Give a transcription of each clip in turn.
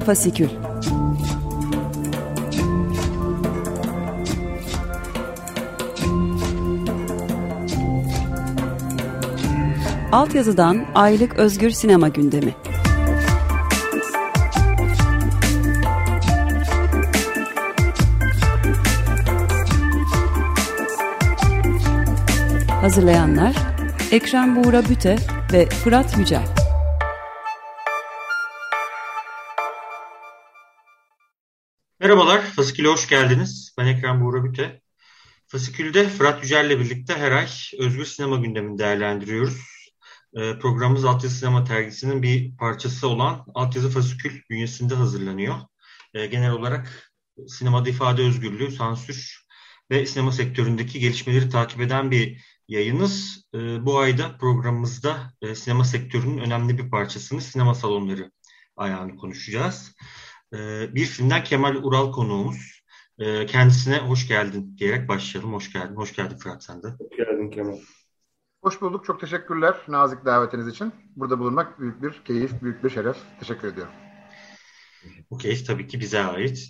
Fasikül. Altyazıdan aylık özgür sinema gündemi. Hazırlayanlar Ekrem Buğra Büte ve Fırat Yücel. Merhabalar, Fasikül'e hoş geldiniz. Ben Ekrem Buğra Büte. Fasikül'de Fırat Yücel'le birlikte her ay özgür sinema gündemini değerlendiriyoruz. Programımız Altyazı Sinema Dergisi'nin bir parçası olan Altyazı Fasikül bünyesinde hazırlanıyor. Genel olarak sinemada ifade özgürlüğü, sansür ve sinema sektöründeki gelişmeleri takip eden bir yayınız. Bu ayda programımızda sinema sektörünün önemli bir parçasını, sinema salonları ayağını konuşacağız. Bir filmden Kemal Ural konuğumuz. Kendisine hoş geldin diyerek başlayalım. Hoş geldin. Hoş geldin Fırat, sen de. Hoş geldin Kemal. Hoş bulduk. Çok teşekkürler nazik davetiniz için. Burada bulunmak büyük bir keyif, büyük bir şeref. Teşekkür ediyorum. Bu keyif tabii ki bize ait.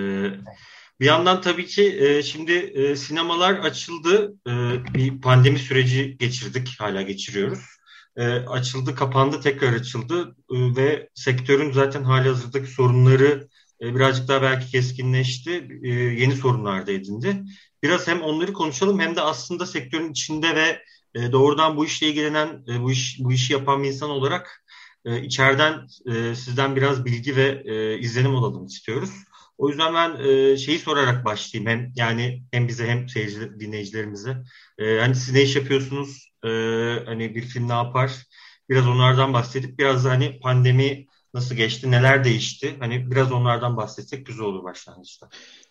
Bir yandan tabii ki şimdi sinemalar açıldı. Bir pandemi süreci geçirdik. Hala geçiriyoruz. Açıldı, kapandı, tekrar açıldı ve sektörün zaten halihazırdaki sorunları birazcık daha belki keskinleşti. Yeni sorunlar da edindi. Biraz hem onları konuşalım hem de aslında sektörün içinde ve doğrudan bu işle ilgilenen, bu işi yapan bir insan olarak içeriden sizden biraz bilgi ve izlenim alalım istiyoruz. O yüzden ben şeyi sorarak başlayayım. Hem bize hem seyirci dinleyicilerimize. Hani siz ne iş yapıyorsunuz? Hani bir film ne yapar? Biraz onlardan bahsedip biraz da hani pandemi nasıl geçti? Neler değişti? Hani biraz onlardan bahsetsek güzel olur başlangıçta.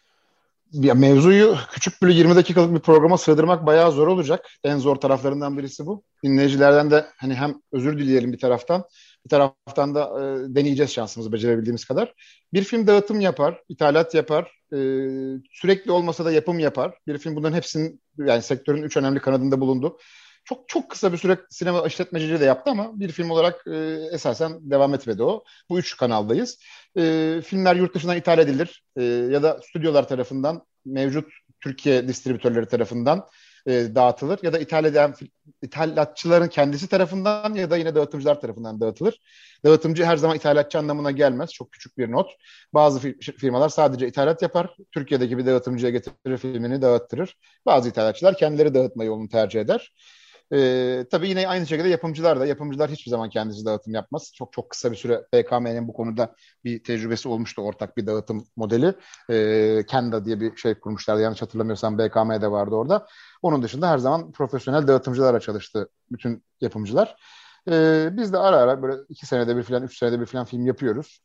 Ya mevzuyu küçük böyle 20 dakikalık bir programa sığdırmak bayağı zor olacak. En zor taraflarından birisi bu. Dinleyicilerden de hani hem özür dileyelim bir taraftan da deneyeceğiz şansımızı becerebildiğimiz kadar. Bir film dağıtım yapar, ithalat yapar, sürekli olmasa da yapım yapar. Bir film bunların hepsinin yani sektörün 3 önemli kanadında bulundu. Çok çok kısa bir süre sinema işletmeciliği de yaptı ama bir film olarak esasen devam etmedi o. Bu 3 kanaldayız. Filmler yurt dışından ithal edilir ya da stüdyolar tarafından mevcut Türkiye distribütörleri tarafından dağıtılır ya da ithalatçıların kendisi tarafından ya da yine dağıtımcılar tarafından dağıtılır. Dağıtımcı her zaman ithalatçı anlamına gelmez. Çok küçük bir not. Bazı firmalar sadece ithalat yapar. Türkiye'deki bir dağıtımcıya getirir filmini dağıttırır. Bazı ithalatçılar kendileri dağıtma yolunu tercih eder. Tabii yine aynı şekilde yapımcılar hiçbir zaman kendisi dağıtım yapmaz. Çok çok kısa bir süre BKM'nin bu konuda bir tecrübesi olmuştu, ortak bir dağıtım modeli. Kenda diye bir şey kurmuşlardı. Yanlış hatırlamıyorsam BKM'de vardı orada. Onun dışında her zaman profesyonel dağıtımcılarla çalıştı bütün yapımcılar. Biz de ara ara böyle 2 senede bir falan, 3 senede bir falan film yapıyoruz.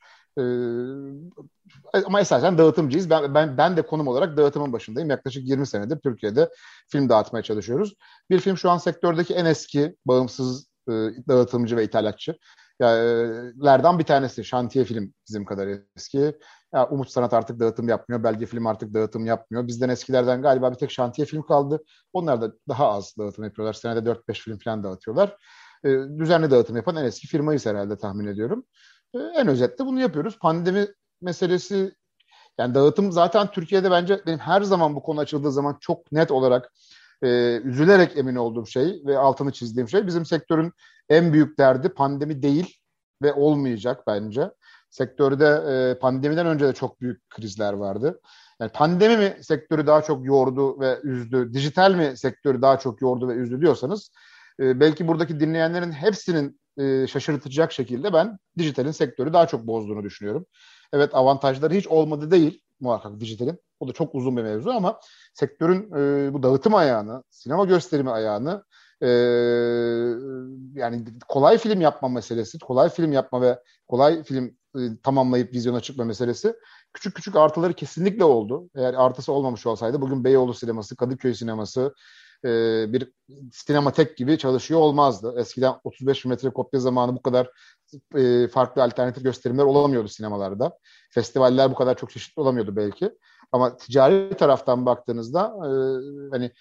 Ama esasen dağıtımcıyız. Ben de konum olarak dağıtımın başındayım. Yaklaşık 20 senedir Türkiye'de film dağıtmaya çalışıyoruz. Bir film şu an sektördeki en eski bağımsız dağıtımcı ve ithalatçı. Lerden bir tanesi. Şantiye Film bizim kadar eski. Ya, Umut Sanat artık dağıtım yapmıyor. Belge Film artık dağıtım yapmıyor. Bizden eskilerden galiba bir tek Şantiye Film kaldı. Onlar da daha az dağıtım yapıyorlar. Senede 4-5 film falan dağıtıyorlar. Düzenli dağıtım yapan en eski firmayız herhalde, tahmin ediyorum. En özetle bunu yapıyoruz. Pandemi meselesi, yani dağıtım zaten Türkiye'de bence benim her zaman bu konu açıldığı zaman çok net olarak üzülerek emin olduğum şey ve altını çizdiğim şey, bizim sektörün en büyük derdi pandemi değil ve olmayacak bence. Sektörde pandemiden önce de çok büyük krizler vardı. Yani pandemi mi sektörü daha çok yordu ve üzdü, dijital mi sektörü daha çok yordu ve üzdü diyorsanız belki buradaki dinleyenlerin hepsinin şaşırtacak şekilde ben dijitalin sektörü daha çok bozduğunu düşünüyorum. Evet, avantajları hiç olmadı değil muhakkak dijitalin. O da çok uzun bir mevzu ama sektörün bu dağıtım ayağını, sinema gösterimi ayağını, yani kolay film yapma meselesi, kolay film yapma ve kolay film tamamlayıp vizyona çıkma meselesi küçük küçük artıları kesinlikle oldu. Eğer artısı olmamış olsaydı bugün Beyoğlu sineması, Kadıköy sineması bir sinematek gibi çalışıyor olmazdı. Eskiden 35 metre kopya zamanı bu kadar farklı alternatif gösterimler olamıyordu sinemalarda. Festivaller bu kadar çok çeşitli olamıyordu belki. Ama ticari taraftan baktığınızda hani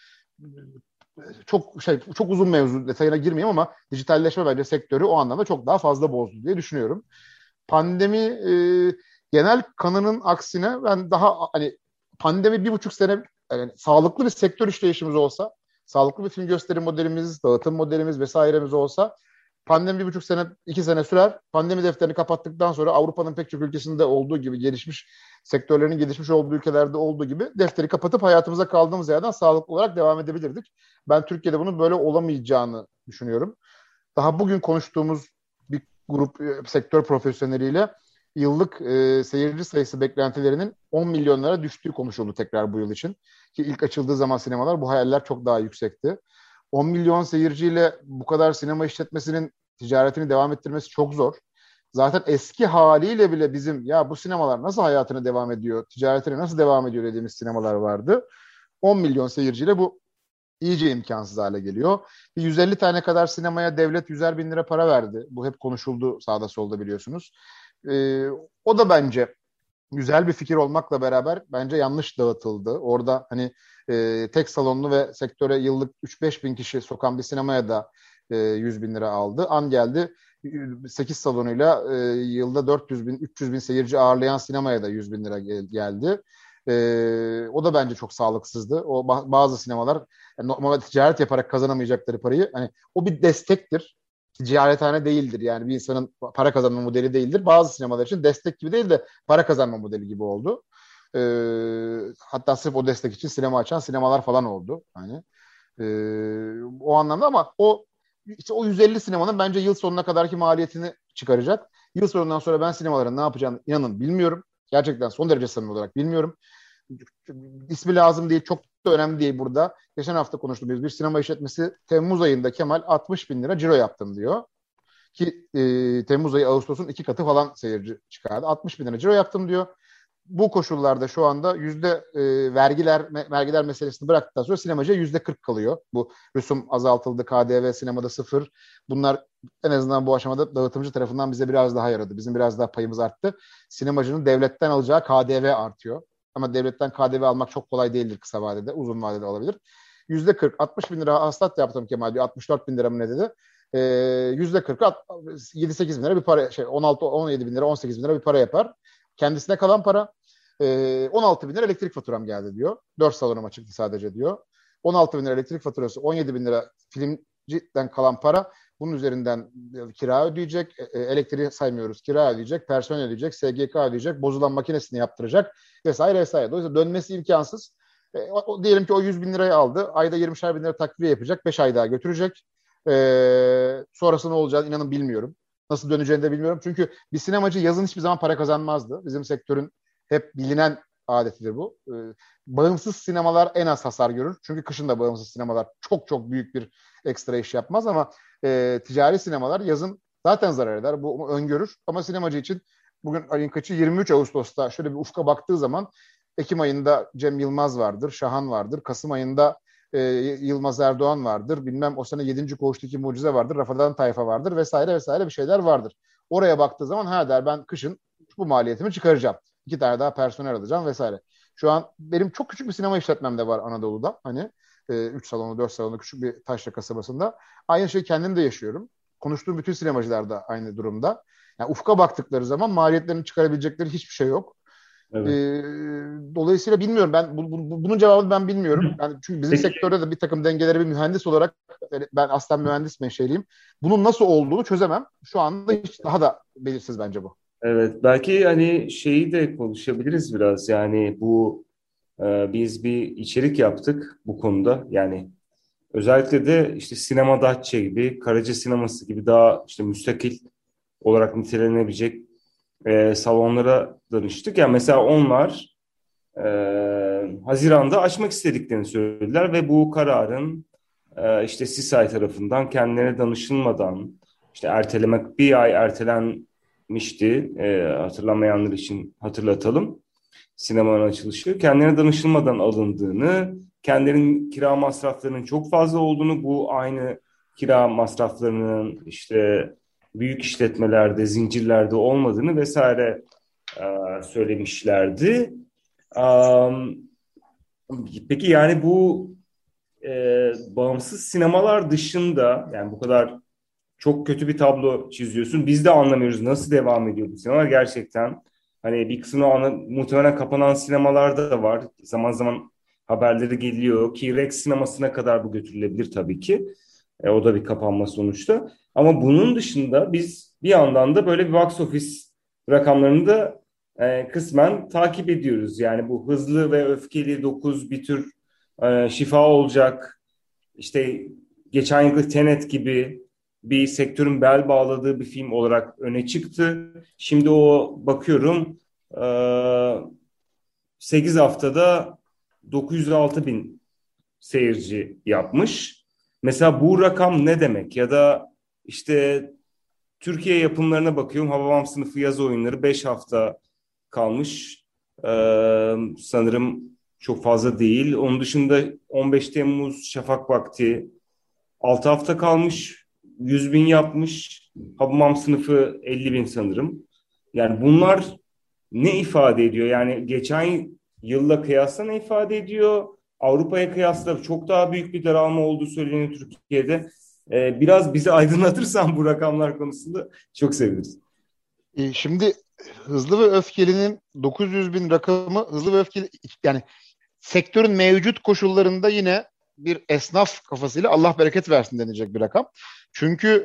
çok uzun mevzu, detayına girmeyeyim ama dijitalleşme bence sektörü o anlamda çok daha fazla bozdu diye düşünüyorum. Pandemi genel kanının aksine ben daha hani pandemi 1,5 sene yani sağlıklı bir sektör işleyişimiz olsa, sağlıklı bir film gösteri modelimiz, dağıtım modelimiz vesairemiz olsa pandemi 1,5 sene, 2 sene sürer. Pandemi defterini kapattıktan sonra Avrupa'nın pek çok ülkesinde olduğu gibi gelişmiş sektörlerin gelişmiş olduğu ülkelerde olduğu gibi defteri kapatıp hayatımıza kaldığımız yerden sağlıklı olarak devam edebilirdik. Ben Türkiye'de bunun böyle olamayacağını düşünüyorum. Daha bugün konuştuğumuz bir grup sektör profesyoneliyle yıllık seyirci sayısı beklentilerinin 10 milyonlara düştüğü konuşuldu tekrar bu yıl için. Ki ilk açıldığı zaman sinemalar bu hayaller çok daha yüksekti. 10 milyon seyirciyle bu kadar sinema işletmesinin ticaretini devam ettirmesi çok zor. Zaten eski haliyle bile bizim ya bu sinemalar nasıl hayatını devam ediyor, ticaretine nasıl devam ediyor dediğimiz sinemalar vardı. 10 milyon seyirciyle bu iyice imkansız hale geliyor. 150 tane kadar sinemaya devlet 100'er bin lira para verdi. Bu hep konuşuldu sağda solda biliyorsunuz. O da bence güzel bir fikir olmakla beraber bence yanlış dağıtıldı. Orada hani tek salonlu ve sektöre yıllık 3-5 bin kişi sokan bir sinemaya da 100 bin lira aldı. An geldi 8 salonuyla yılda 400 bin, 300 bin seyirci ağırlayan sinemaya da 100 bin lira geldi. O da bence çok sağlıksızdı. O bazı sinemalar yani normalde ticaret yaparak kazanamayacakları parayı hani o bir destektir. Ticarethane değildir. Yani bir insanın para kazanma modeli değildir. Bazı sinemalar için destek gibi değil de para kazanma modeli gibi oldu. Hatta sırf o destek için sinema açan sinemalar falan oldu. Hani o anlamda ama işte o 150 sinemanın bence yıl sonuna kadarki maliyetini çıkaracak. Yıl sonundan sonra ben sinemaların ne yapacağını inanın bilmiyorum. Gerçekten son derece samimi olarak bilmiyorum. İsmi lazım değil, çok da önemli değil burada. Geçen hafta konuştuğumuz bir sinema işletmesi Temmuz ayında Kemal 60 bin lira ciro yaptım diyor. Ki Temmuz ayı Ağustos'un 2 katı falan seyirci çıkardı. 60 bin lira ciro yaptım diyor. Bu koşullarda şu anda vergiler meselesini bıraktıktan sonra sinemacıya %40 kalıyor. Bu rüsum azaltıldı, KDV sinemada sıfır. Bunlar en azından bu aşamada dağıtımcı tarafından bize biraz daha yaradı. Bizim biraz daha payımız arttı. Sinemacının devletten alacağı KDV artıyor. Ama devletten KDV almak çok kolay değildir kısa vadede, uzun vadede alabilir. %40, 60 bin lira hasılat yaptım Kemal diyor. 64 bin lira mı ne dedi? %40'ı 7-8 bin lira bir para, 16-17 bin lira, 18 bin lira bir para yapar. Kendisine kalan para 16 bin lira elektrik faturam geldi diyor. 4 salonuma çıktı sadece diyor. 16 bin lira elektrik faturası, 17 bin lira filmciden kalan para. Bunun üzerinden kira ödeyecek, elektriği saymıyoruz, kira ödeyecek, personel ödeyecek, SGK ödeyecek, bozulan makinesini yaptıracak vesaire vesaire. Dolayısıyla dönmesi imkansız. Diyelim ki o 100 bin lirayı aldı. Ayda 20'şer bin lira takviye yapacak. 5 ay daha götürecek. Sonrası ne olacağını inanın bilmiyorum. Nasıl döneceğini de bilmiyorum. Çünkü bir sinemacı yazın hiçbir zaman para kazanmazdı. Bizim sektörün hep bilinen adetidir bu. Bağımsız sinemalar en az hasar görür. Çünkü kışın da bağımsız sinemalar çok çok büyük bir ekstra iş yapmaz ama ticari sinemalar yazın zaten zarar eder. Bu öngörür. Ama sinemacı için bugün ayın kaçı? 23 Ağustos'ta şöyle bir ufka baktığı zaman Ekim ayında Cem Yılmaz vardır, Şahan vardır. Kasım ayında Yılmaz Erdoğan vardır. Bilmem o sene 7. Koğuş'taki Mucize vardır. Rafadan Tayfa vardır vesaire vesaire bir şeyler vardır. Oraya baktığı zaman ha der ben kışın bu maliyetimi çıkaracağım. 2 tane daha personel alacağım vesaire. Şu an benim çok küçük bir sinema işletmem de var Anadolu'da. Hani 3 salonlu 4 salonlu küçük bir taşra kasabasında. Aynı şeyi kendim de yaşıyorum. Konuştuğum bütün sinemacılar da aynı durumda. Yani ufka baktıkları zaman maliyetlerini çıkarabilecekleri hiçbir şey yok. Evet. Dolayısıyla bilmiyorum ben bunun cevabını ben bilmiyorum. Yani çünkü bizim Peki. sektörde de bir takım dengeleri bir mühendis olarak ben aslen mühendis menşeliyim. Bunun nasıl olduğunu çözemem. Şu anda hiç daha da belirsiz bence bu. Evet, belki hani şeyi de konuşabiliriz biraz. Yani bu biz bir içerik yaptık bu konuda. Yani özellikle de işte Sinema Datça gibi, Karaca Sineması gibi daha işte müstakil olarak nitelenebilecek salonlara danıştık. Yani mesela onlar Haziran'da açmak istediklerini söylediler ve bu kararın işte SİSAY tarafından kendilerine danışılmadan işte ertelemek bir ay ertelenmişti. Hatırlamayanlar için hatırlatalım. Sinemanın açılışı kendilerine danışılmadan alındığını, kendilerinin kira masraflarının çok fazla olduğunu, bu aynı kira masraflarının işte büyük işletmelerde, zincirlerde olmadığını vesaire söylemişlerdi. Peki yani bu bağımsız sinemalar dışında yani bu kadar çok kötü bir tablo çiziyorsun. Biz de anlamıyoruz nasıl devam ediyor bu sinemalar gerçekten. Hani bir kısmı muhtemelen kapanan sinemalar da var. Zaman zaman haberleri geliyor ki Rex sinemasına kadar bu götürülebilir tabii ki. O da bir kapanma sonuçta. Ama bunun dışında biz bir yandan da böyle bir box office rakamlarını da kısmen takip ediyoruz. Yani bu Hızlı ve Öfkeli 9 bir tür şifa olacak. İşte geçen yıl Tenet gibi bir sektörün bel bağladığı bir film olarak öne çıktı. Şimdi o bakıyorum 8 haftada 906 bin seyirci yapmış. Mesela bu rakam ne demek? Ya da işte Türkiye yapımlarına bakıyorum. Hababam Sınıfı Yaz Oyunları 5 hafta kalmış. Sanırım çok fazla değil. Onun dışında 15 Temmuz Şafak Vakti 6 hafta kalmış. 100 bin yapmış. Hababam Sınıfı 50 bin sanırım. Yani bunlar ne ifade ediyor? Yani geçen yılla kıyasla ne ifade ediyor? Avrupa'ya kıyasla çok daha büyük bir daralma olduğu söyleniyor Türkiye'de. Biraz bizi aydınlatırsan bu rakamlar konusunda çok seviniriz. Şimdi Hızlı ve Öfkeli'nin 900 bin rakamı, Hızlı ve Öfkeli yani sektörün mevcut koşullarında yine bir esnaf kafasıyla Allah bereket versin denecek bir rakam. Çünkü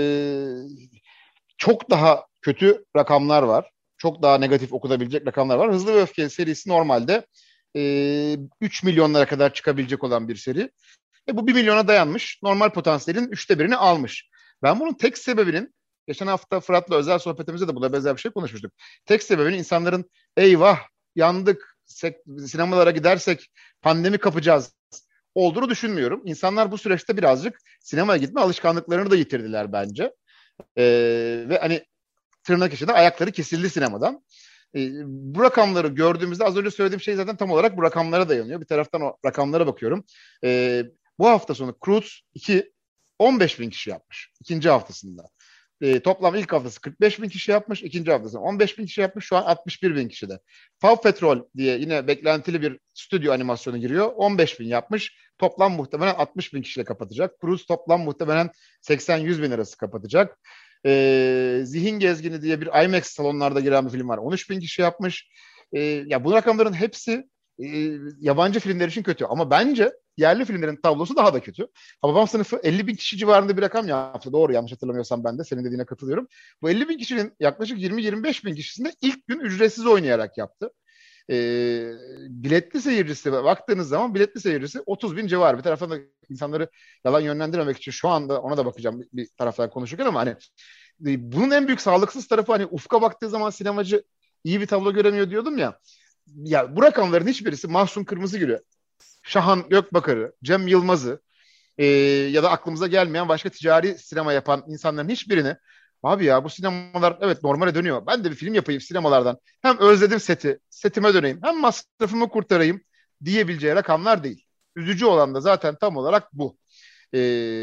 çok daha kötü rakamlar var. Çok daha negatif okunabilecek rakamlar var. Hızlı ve Öfkeli serisi normalde 3 milyonlara kadar çıkabilecek olan bir seri. Bu 1 milyona dayanmış. Normal potansiyelin 1/3'ini almış. Ben bunun tek sebebinin, geçen hafta Fırat'la özel sohbetimizde de buna benzer bir şey konuşmuştuk. Tek sebebinin insanların eyvah yandık, sinemalara gidersek pandemi kapacağız olduğunu düşünmüyorum. İnsanlar bu süreçte birazcık sinemaya gitme alışkanlıklarını da yitirdiler bence. Ve hani tırnak içinde ayakları kesildi sinemadan. Bu rakamları gördüğümüzde az önce söylediğim şey zaten tam olarak bu rakamlara dayanıyor. Bir taraftan o rakamlara bakıyorum. Bu hafta sonu Croods 2 15 bin kişi yapmış. İkinci haftasında. Toplam ilk haftası 45 bin kişi yapmış. İkinci haftasında 15 bin kişi yapmış. Şu an 61 bin kişide. Paw Patrol diye yine beklentili bir stüdyo animasyonu giriyor. 15 bin yapmış. Toplam muhtemelen 60 bin kişiyle kapatacak. Croods toplam muhtemelen 80-100 bin arası kapatacak. Zihin Gezgini diye bir IMAX salonlarda giren bir film var. 13 bin kişi yapmış. Ya bu rakamların hepsi yabancı filmler için kötü. Ama bence yerli filmlerin tablosu daha da kötü. Hababam Sınıfı 50 bin kişi civarında bir rakam yaptı. Doğru, yanlış hatırlamıyorsam ben de senin dediğine katılıyorum. Bu 50 bin kişinin yaklaşık 20-25 bin kişisinde ilk gün ücretsiz oynayarak yaptı. Biletli seyircisi baktığınız zaman biletli seyircisi 30 bin civarı. Bir taraftan da insanları yalan yönlendirmemek için şu anda ona da bakacağım bir taraftan konuşurken ama hani bunun en büyük sağlıksız tarafı hani ufka baktığı zaman sinemacı iyi bir tablo göremiyor diyordum ya. Ya bu rakamların hiçbirisi Mahsun Kırmızıgül'ü, Şahan Gökbakar'ı, Cem Yılmaz'ı ya da aklımıza gelmeyen başka ticari sinema yapan insanların hiçbirini abi ya bu sinemalar evet normale dönüyor. Ben de bir film yapayım sinemalardan. Hem özledim setime döneyim, hem masrafımı kurtarayım diyebileceği rakamlar değil. Üzücü olan da zaten tam olarak bu. Ee,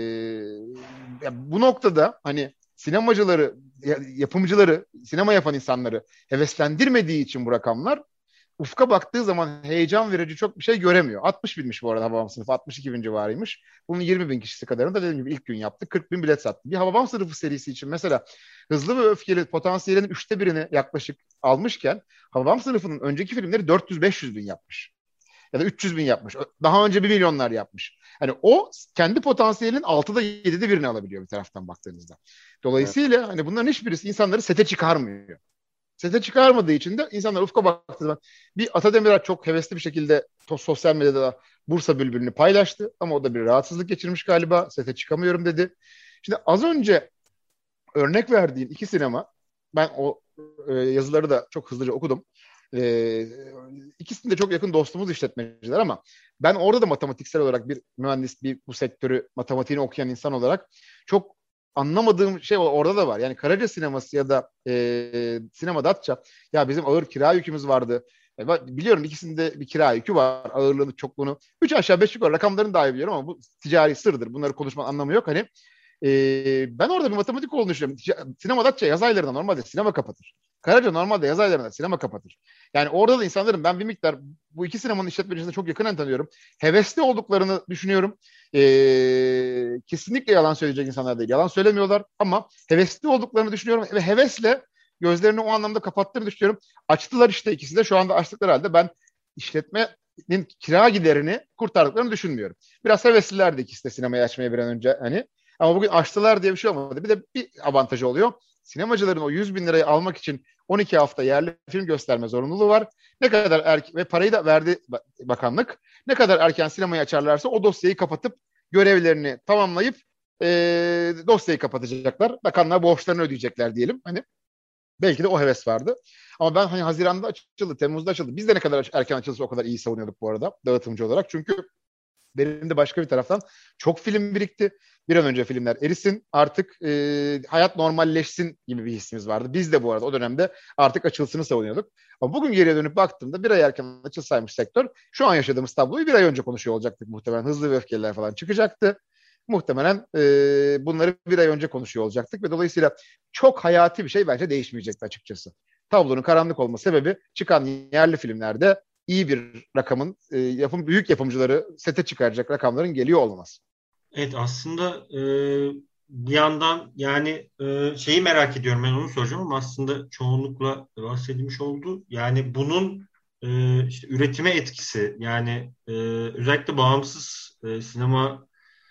Bu noktada hani sinemacıları, yapımcıları, sinema yapan insanları heveslendirmediği için bu rakamlar ufka baktığı zaman heyecan verici çok bir şey göremiyor. 60 binmiş bu arada Hababam Sınıfı. 62 bin civarıymış. Bunun 20 bin kişisi kadarını da dediğim gibi ilk gün yaptı. 40 bin bilet sattı. Bir Hababam Sınıfı serisi için mesela Hızlı ve Öfkeli potansiyelin 1/3'ini yaklaşık almışken Hababam Sınıfı'nın önceki filmleri 400-500 bin yapmış. Ya da 300 bin yapmış. Daha önce 1 milyonlar yapmış. Hani o kendi potansiyelinin 6'da 7'de birini alabiliyor bir taraftan baktığınızda. Dolayısıyla hani bunların hiçbirisi insanları sete çıkarmıyor. Sete çıkarmadığı için de insanlar ufka baktığı zaman bir Ata Demirer çok hevesli bir şekilde sosyal medyada Bursa Bülbülü'nü paylaştı ama o da bir rahatsızlık geçirmiş galiba. Sete çıkamıyorum dedi. Şimdi az önce örnek verdiğin iki sinema, ben o yazıları da çok hızlıca okudum. İkisinde de çok yakın dostumuz işletmeciler ama ben orada da matematiksel olarak bir mühendis, bu sektörü matematiğini okuyan insan olarak çok anlamadığım şey orada da var. Yani Karaca sineması ya da Sinema Datça, ya bizim ağır kira yükümüz vardı. Biliyorum ikisinde bir kira yükü var. Ağırlığını, çokluğunu. 3 aşağı 5 yukarı rakamlarını dahi biliyorum ama bu ticari sırdır. Bunları konuşmanın anlamı yok. Hani ben orada bir matematik olduğunu düşünüyorum. Sinema Datça yaz aylarında normalde sinema kapatır. Karaca normalde yaz aylarında sinema kapatır. Yani orada da insanların, ben bir miktar bu iki sinemanın işletmecisini çok yakından tanıyorum. Hevesli olduklarını düşünüyorum. Kesinlikle yalan söyleyecek insanlar değil. Yalan söylemiyorlar ama hevesli olduklarını düşünüyorum ve hevesle gözlerini o anlamda kapattığını düşünüyorum. Açtılar işte, ikisi de şu anda açtıkları halde ben işletmenin kira giderini kurtardıklarını düşünmüyorum. Biraz heveslilerdi ikisi de sinemayı açmaya bir an önce hani. Ama bugün açtılar diye bir şey olmadı. Bir de bir avantajı oluyor. Sinemacıların o 100 bin lirayı almak için 12 hafta yerli film gösterme zorunluluğu var. Ne kadar ve parayı da verdi bakanlık. Ne kadar erken sinemayı açarlarsa o dosyayı kapatıp görevlerini tamamlayıp dosyayı kapatacaklar. Bakanlığa borçlarını ödeyecekler diyelim. Hani belki de o heves vardı. Ama ben hani Haziran'da açıldı, Temmuz'da açıldı. Biz de ne kadar erken açılırsa o kadar iyi savunuyorduk bu arada dağıtımcı olarak. Çünkü benim de başka bir taraftan çok film birikti. Bir an önce filmler erisin, artık hayat normalleşsin gibi bir hissimiz vardı. Biz de bu arada o dönemde artık açılsını savunuyorduk. Ama bugün geriye dönüp baktığımda bir ay erken açılsaymış sektör, şu an yaşadığımız tabloyu bir ay önce konuşuyor olacaktık muhtemelen. Hızlı ve Öfkeliler falan çıkacaktı. Muhtemelen bunları bir ay önce konuşuyor olacaktık ve dolayısıyla çok hayati bir şey bence değişmeyecekti açıkçası. Tablonun karanlık olma sebebi çıkan yerli filmlerde iyi bir rakamın büyük yapımcıları sete çıkaracak rakamların geliyor olması. Evet, aslında bir yandan yani şeyi merak ediyorum, ben onu soracağım ama aslında çoğunlukla bahsedilmiş oldu. Yani bunun işte üretime etkisi, yani özellikle bağımsız sinema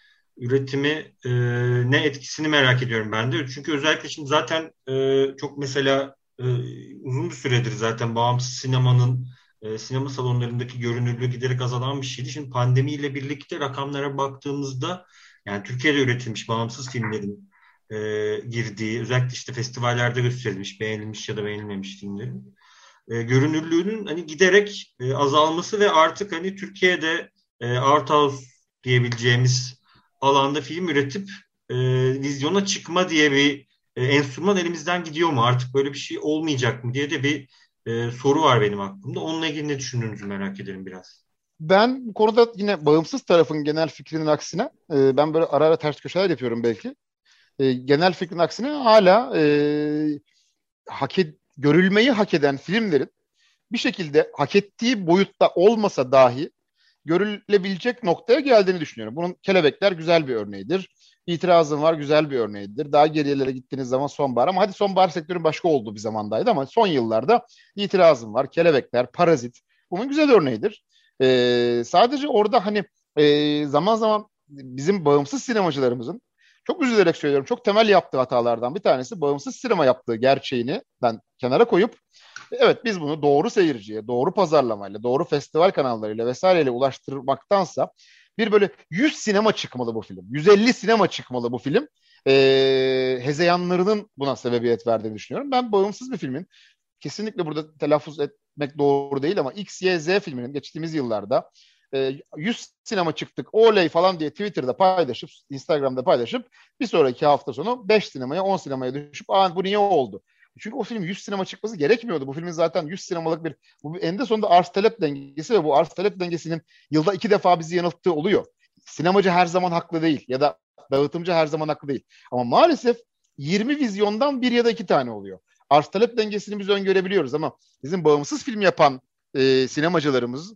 üretimi ne etkisini merak ediyorum ben de. Çünkü özellikle şimdi zaten çok mesela uzun bir süredir zaten bağımsız sinemanın sinema salonlarındaki görünürlüğü giderek azalan bir şeydi. Şimdi pandemiyle birlikte rakamlara baktığımızda yani Türkiye'de üretilmiş bağımsız filmlerin girdiği, özellikle işte festivallerde gösterilmiş, beğenilmiş ya da beğenilmemiş filmlerin görünürlüğünün hani giderek azalması ve artık hani Türkiye'de art house diyebileceğimiz alanda film üretip vizyona çıkma diye bir enstrüman elimizden gidiyor mu? Artık böyle bir şey olmayacak mı diye de bir soru var benim aklımda. Onunla ilgili ne düşündüğünüzü merak ederim biraz. Ben bu konuda yine bağımsız tarafın genel fikrinin aksine ben böyle ara ara ters köşeler yapıyorum belki. Genel fikrin aksine hala görülmeyi hak eden filmlerin bir şekilde hak ettiği boyutta olmasa dahi görülebilecek noktaya geldiğini düşünüyorum. Bunun Kelebekler güzel bir örneğidir. İtirazım var güzel bir örneğidir. Daha geriyelere gittiğiniz zaman Sonbahar, ama hadi Sonbahar sektörün başka olduğu bir zamandaydı ama son yıllarda İtirazım var, Kelebekler, Parazit bunun güzel örneğidir. Sadece orada hani zaman zaman bizim bağımsız sinemacılarımızın, çok üzülerek söylüyorum, çok temel yaptığı hatalardan bir tanesi bağımsız sinema yaptığı gerçeğini ben kenara koyup evet biz bunu doğru seyirciye, doğru pazarlamayla, doğru festival kanallarıyla vesaireyle ulaştırmaktansa bir böyle 100 sinema çıkmalı bu film, 150 sinema çıkmalı bu film hezeyanlarının buna sebebiyet verdiğini düşünüyorum. Ben bağımsız bir filmin, kesinlikle burada telaffuz etmek doğru değil ama X, Y, Z filminin geçtiğimiz yıllarda 100 sinema çıktık oley falan diye Twitter'da paylaşıp, Instagram'da paylaşıp bir sonraki hafta sonu 5 sinemaya 10 sinemaya düşüp bu niye oldu? Çünkü o film 100 sinema çıkması gerekmiyordu. Bu filmin zaten 100 sinemalık bu eninde sonunda arz talep dengesi ve bu arz talep dengesinin yılda 2 defa bizi yanılttığı oluyor. Sinemacı her zaman haklı değil ya da dağıtımcı her zaman haklı değil. Ama maalesef 20 vizyondan bir ya da 2 tane oluyor. Arz talep dengesini biz öngörebiliyoruz ama bizim bağımsız film yapan sinemacılarımız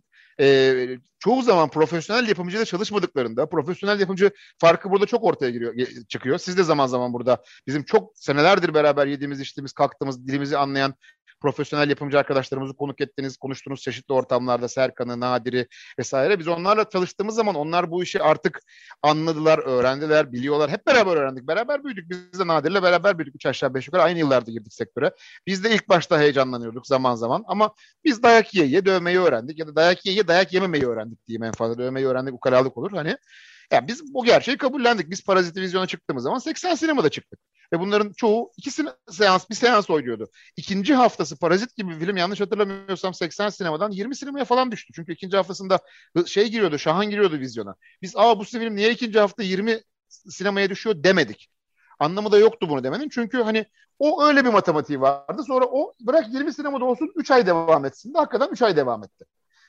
çoğu zaman profesyonel yapımcıyla çalışmadıklarında, profesyonel yapımcı farkı burada çok ortaya çıkıyor. Siz de zaman zaman burada bizim çok senelerdir beraber yediğimiz, içtiğimiz, kalktığımız, dilimizi anlayan profesyonel yapımcı arkadaşlarımızı konuk ettiniz, konuştunuz çeşitli ortamlarda, Serkan'ı, Nadir'i vesaire. Biz onlarla çalıştığımız zaman onlar bu işi artık anladılar, öğrendiler, biliyorlar. Hep beraber öğrendik, beraber büyüdük. Biz de Nadir'le beraber büyüdük. 3 aşağı 5 yukarı aynı yıllarda girdik sektöre. Biz de ilk başta heyecanlanıyorduk zaman zaman ama biz dayak yiye dövmeyi öğrendik ya da dayak yiye dayak yememeyi öğrendik diyeyim en fazla. Dövmeyi öğrendik, ukalalık olur hani. Yani biz bu gerçeği kabullendik. Biz Parazit vizyona çıktığımız zaman 80 sinemada çıktık. Ve bunların çoğu bir seans oynuyordu. İkinci haftası Parazit gibi bir film, yanlış hatırlamıyorsam 80 sinemadan 20 sinemaya falan düştü. Çünkü ikinci haftasında giriyordu, Şahan giriyordu vizyona. Biz bu film niye ikinci hafta 20 sinemaya düşüyor demedik. Anlamı da yoktu bunu demenin. Çünkü hani o öyle bir matematiği vardı. Sonra o bırak 20 sinemada olsun 3 ay devam etsin de hakikaten 3 ay devam etti.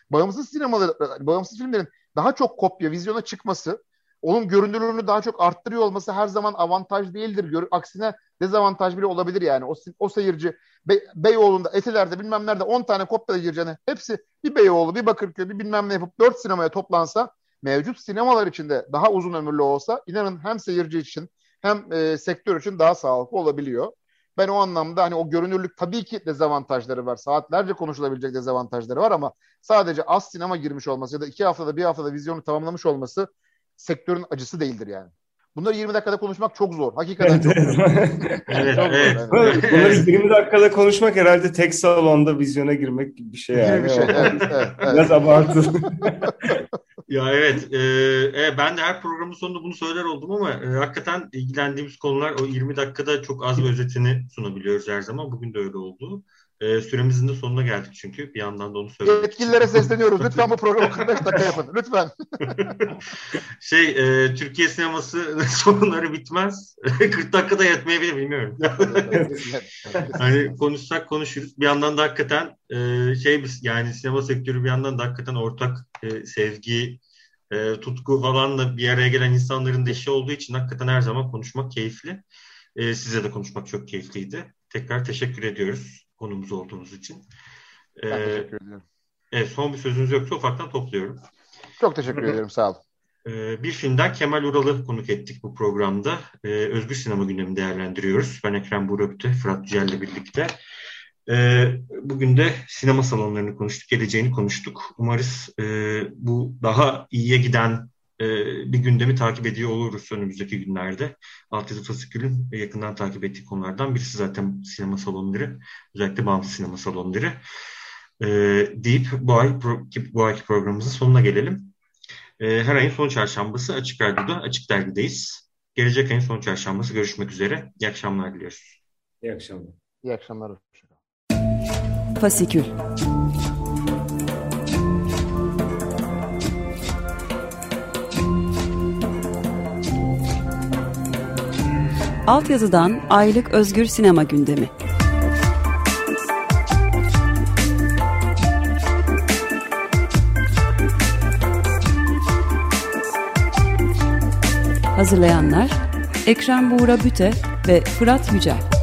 Bağımsız filmlerin daha çok kopya vizyona çıkması, onun görünürlüğünü daha çok arttırıyor olması her zaman avantaj değildir. Aksine dezavantaj bile olabilir yani. O seyirci Beyoğlu'nda, Etiler'de bilmem nerede 10 tane kopya gireceğine hepsi bir Beyoğlu, bir Bakırköy, bir bilmem ne yapıp 4 sinemaya toplansa, mevcut sinemalar içinde daha uzun ömürlü olsa inanın hem seyirci için hem sektör için daha sağlıklı olabiliyor. Ben o anlamda hani o görünürlük tabii ki dezavantajları var. Saatlerce konuşulabilecek dezavantajları var ama sadece az sinema girmiş olması ya da 2 haftada 1 haftada vizyonu tamamlamış olması sektörün acısı değildir yani. Bunları 20 dakikada konuşmak çok zor. Hakikaten çok zor. Bunları 20 dakikada konuşmak herhalde tek salonda vizyona girmek gibi bir şey yani. Bir şey. Evet. Biraz abartılı. Ya evet, ben de her programın sonunda bunu söyler oldum ama hakikaten ilgilendiğimiz konular o 20 dakikada çok az bir özetini sunabiliyoruz her zaman. Bugün de öyle oldu. Süremizin de sonuna geldik çünkü. Bir yandan da onu söylemek Yetkililere sesleniyoruz. Lütfen bu programı 45 dakika yapın. Lütfen. Türkiye sineması sorunları bitmez. 40 dakikada yetmeyebilir, bilmiyorum. Hani konuşsak konuşuruz. Bir yandan da hakikaten yani sinema sektörü bir yandan da hakikaten ortak sevgi, tutku falanla bir araya gelen insanların da işi olduğu için hakikaten her zaman konuşmak keyifli. Size de konuşmak çok keyifliydi. Tekrar teşekkür ediyoruz konumuz olduğunuz için. Ben teşekkür ediyorum. Evet, son bir sözünüz yoksa ufaktan topluyorum. Çok teşekkür ederim, sağ olun. Bir filmden Kemal Ural'ı konuk ettik bu programda. Özgür sinema gündemini değerlendiriyoruz. Ben Ekrem Buğra Büte, Fırat Yücel'le birlikte. Bugün de sinema salonlarını konuştuk, geleceğini konuştuk. Umarız bu daha iyiye giden bir gündemi takip ediyor oluruz önümüzdeki günlerde. Altyazı Fasikül'ün yakından takip ettiği konulardan birisi zaten sinema salonları, özellikle bağımsız sinema salonları. Deyip bu ayki programımızın sonuna gelelim. Her ayın son çarşambası Açık Radyo'da, Açık Dergi'deyiz. Gelecek ayın son çarşambası görüşmek üzere. İyi akşamlar diliyoruz. İyi akşamlar. İyi akşamlar. Fasikül. Altyazıdan aylık özgür sinema gündemi. Hazırlayanlar Ekrem Buğra Büte ve Fırat Yücel.